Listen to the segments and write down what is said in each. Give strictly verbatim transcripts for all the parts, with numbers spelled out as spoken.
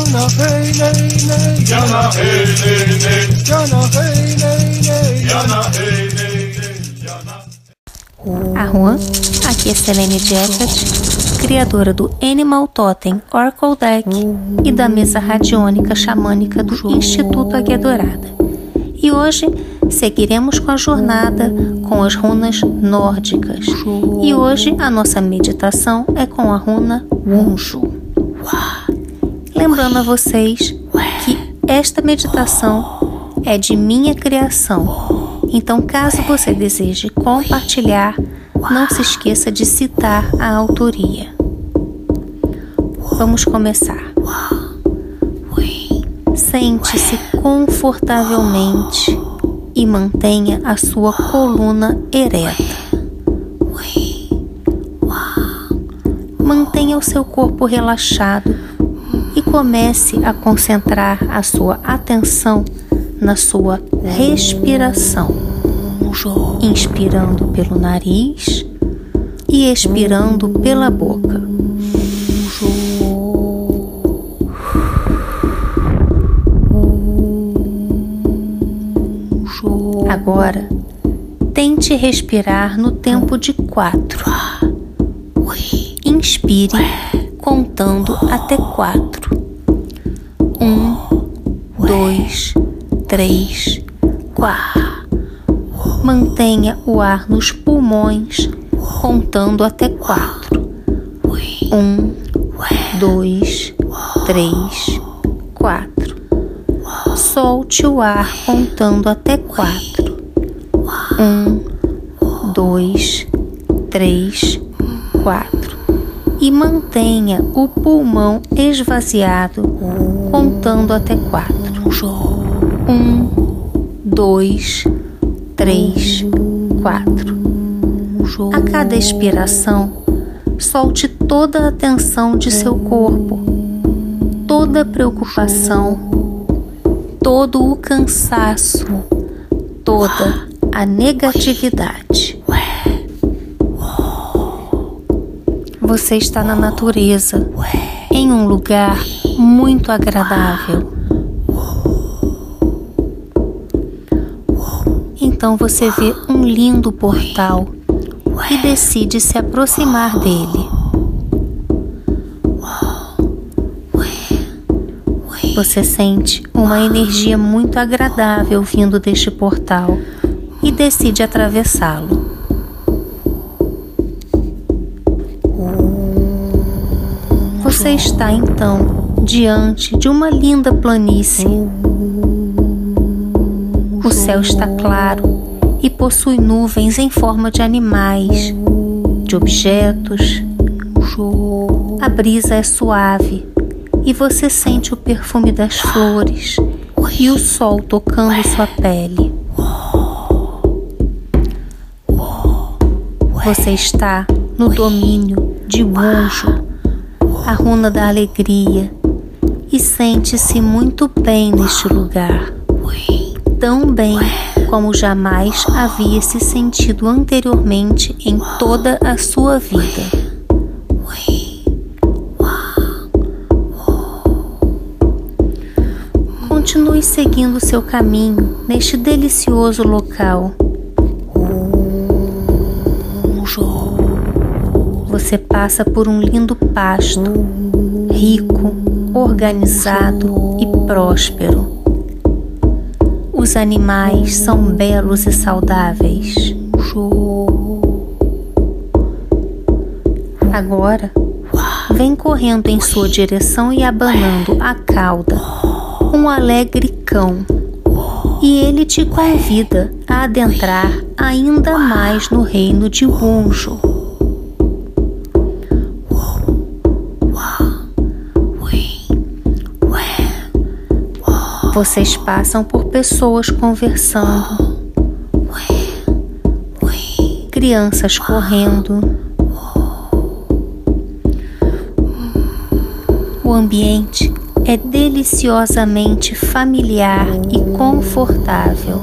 Yana hey nei nei, Yana hey nei nei, Yana hey nei nei, Yana hey nei nei, Yana. Arrua, aqui é Selene Jeffet, criadora do Animal Totem Oracle Deck e da mesa radiônica xamânica do Instituto Águia Dourada. E hoje seguiremos com a jornada com as runas nórdicas. E hoje a nossa meditação é com a runa Wunjo. Lembrando a vocês que esta meditação é de minha criação. Então, caso você deseje compartilhar, não se esqueça de citar a autoria. Vamos começar. Sente-se confortavelmente e mantenha a sua coluna ereta. Mantenha o seu corpo relaxado e comece a concentrar a sua atenção na sua respiração, inspirando pelo nariz e expirando pela boca. Agora, tente respirar no tempo de quatro. Inspire contando até quatro. Um, dois, três, quatro. Mantenha o ar nos pulmões contando até quatro. Um, dois, três, quatro. Solte o ar contando até quatro. Um, dois, três, quatro. E mantenha o pulmão esvaziado contando até quatro. Um, dois, três, quatro. A cada expiração, solte toda a tensão de seu corpo, toda a preocupação, todo o cansaço, toda a negatividade. Você está na natureza, em um lugar muito agradável. Então você vê um lindo portal e decide se aproximar dele. Você sente uma energia muito agradável vindo deste portal e decide atravessá-lo. Você está então diante de uma linda planície. O céu está claro e possui nuvens em forma de animais, de objetos. A brisa é suave e você sente o perfume das flores e o sol tocando sua pele. Você está no domínio de Wunjo, a runa da alegria, e sente-se muito bem neste lugar, tão bem como jamais havia se sentido anteriormente em toda a sua vida. Continue seguindo seu caminho neste delicioso local. Você passa por um lindo pasto, rico, organizado e próspero. Os animais são belos e saudáveis. Agora, vem correndo em sua direção e abanando a cauda um alegre cão, e ele te convida a adentrar ainda mais no reino de Wunjo. Vocês passam por pessoas conversando, crianças correndo. O ambiente é deliciosamente familiar e confortável.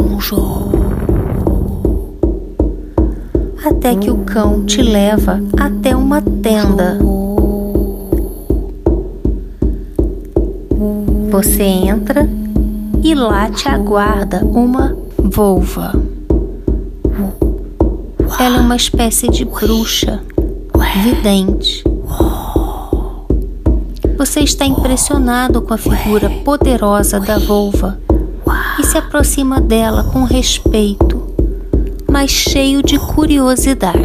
Até que o cão te leva até uma tenda. Você entra e lá te aguarda uma volva. Ela é uma espécie de bruxa vidente. Você está impressionado com a figura poderosa da volva e se aproxima dela com respeito, mas cheio de curiosidade.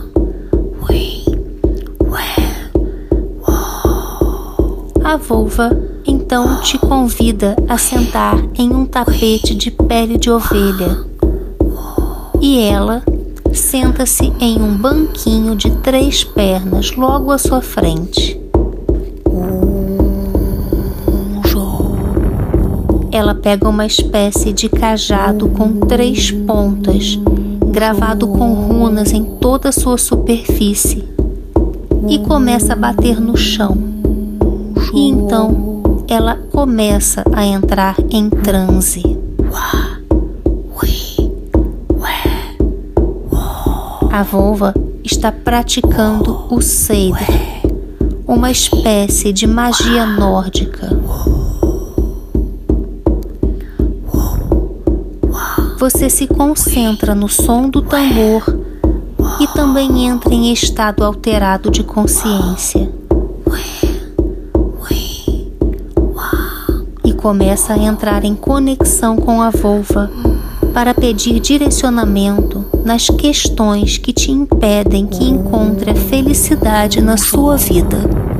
A volva então te convida a sentar em um tapete de pele de ovelha e ela senta-se em um banquinho de três pernas logo à sua frente. Ela pega uma espécie de cajado com três pontas, gravado com runas em toda a sua superfície, e começa a bater no chão. E então ela começa a entrar em transe. A volva está praticando o Seidr, uma espécie de magia nórdica. Você se concentra no som do tambor e também entra em estado alterado de consciência. E começa a entrar em conexão com a volva para pedir direcionamento nas questões que te impedem que encontre a felicidade na sua vida.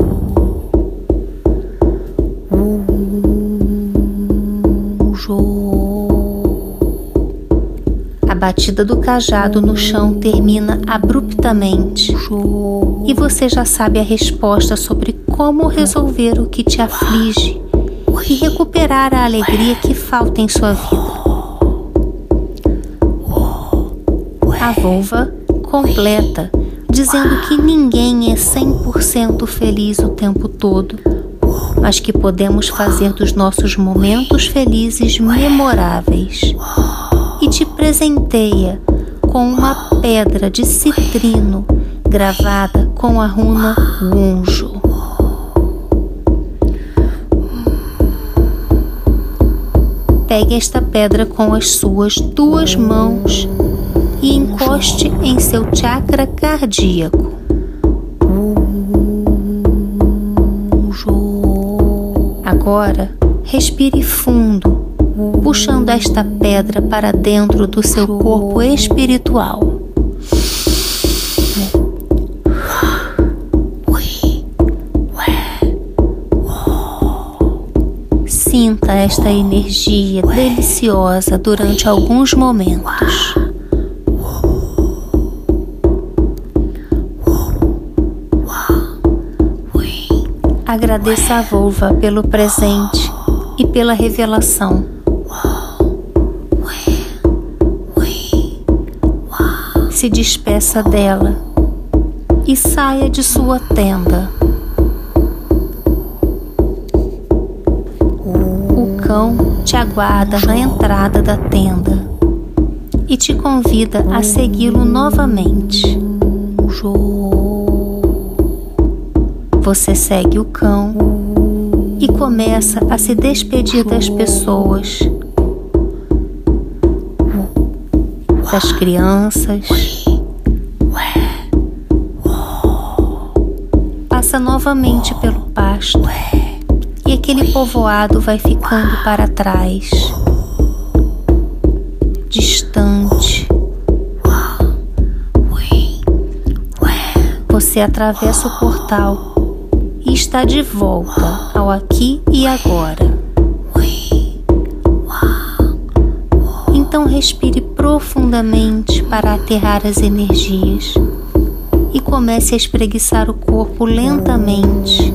A batida do cajado no chão termina abruptamente e você já sabe a resposta sobre como resolver o que te aflige e recuperar a alegria que falta em sua vida. A volva completa, dizendo que ninguém é cem por cento feliz o tempo todo, mas que podemos fazer dos nossos momentos felizes memoráveis. E te presenteia com uma pedra de citrino gravada com a runa Wunjo. Pegue esta pedra com as suas duas mãos e encoste em seu chakra cardíaco. Agora, respire fundo, puxando esta pedra para dentro do seu corpo espiritual. Sinta esta energia deliciosa durante alguns momentos. Agradeça a volva pelo presente e pela revelação. Se despeça dela e saia de sua tenda. O cão te aguarda na entrada da tenda e te convida a segui-lo novamente. Você segue o cão e começa a se despedir das pessoas, das crianças. Passa novamente pelo pasto e aquele povoado vai ficando para trás, distante. Você atravessa o portal e está de volta ao aqui e agora. Então respire profundamente para aterrar as energias e comece a espreguiçar o corpo lentamente.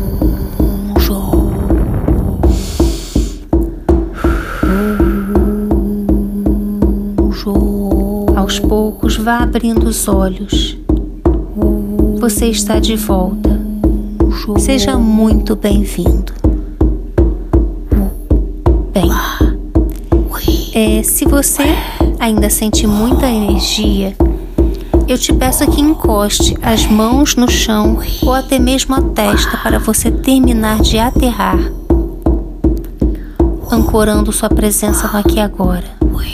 Aos poucos vá abrindo os olhos. Você está de volta. Seja muito bem-vindo. Bem, é, se você ainda sente muita energia, eu te peço que encoste as mãos no chão ou até mesmo a testa para você terminar de aterrar. ancorando sua presença no aqui e agora.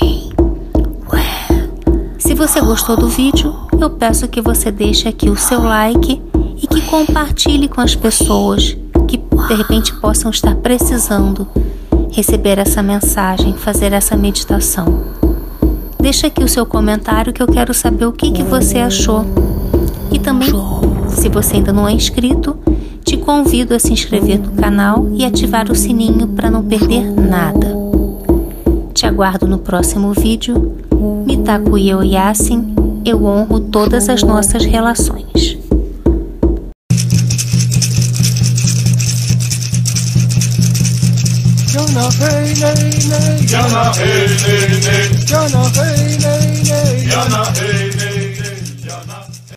Se você gostou do vídeo, eu peço que você deixe aqui o seu like e que compartilhe com as pessoas que de repente possam estar precisando receber essa mensagem, fazer essa meditação. Deixa aqui o seu comentário que eu quero saber o que, que você achou. E também, se você ainda não é inscrito, te convido a se inscrever no canal e ativar o sininho para não perder nada. Te aguardo no próximo vídeo. Mitaku e eu, Yasin, eu honro todas as nossas relações. Yana hey nay nay, Yana hey nay nay, Yana hey nay nay, Yana hey nay.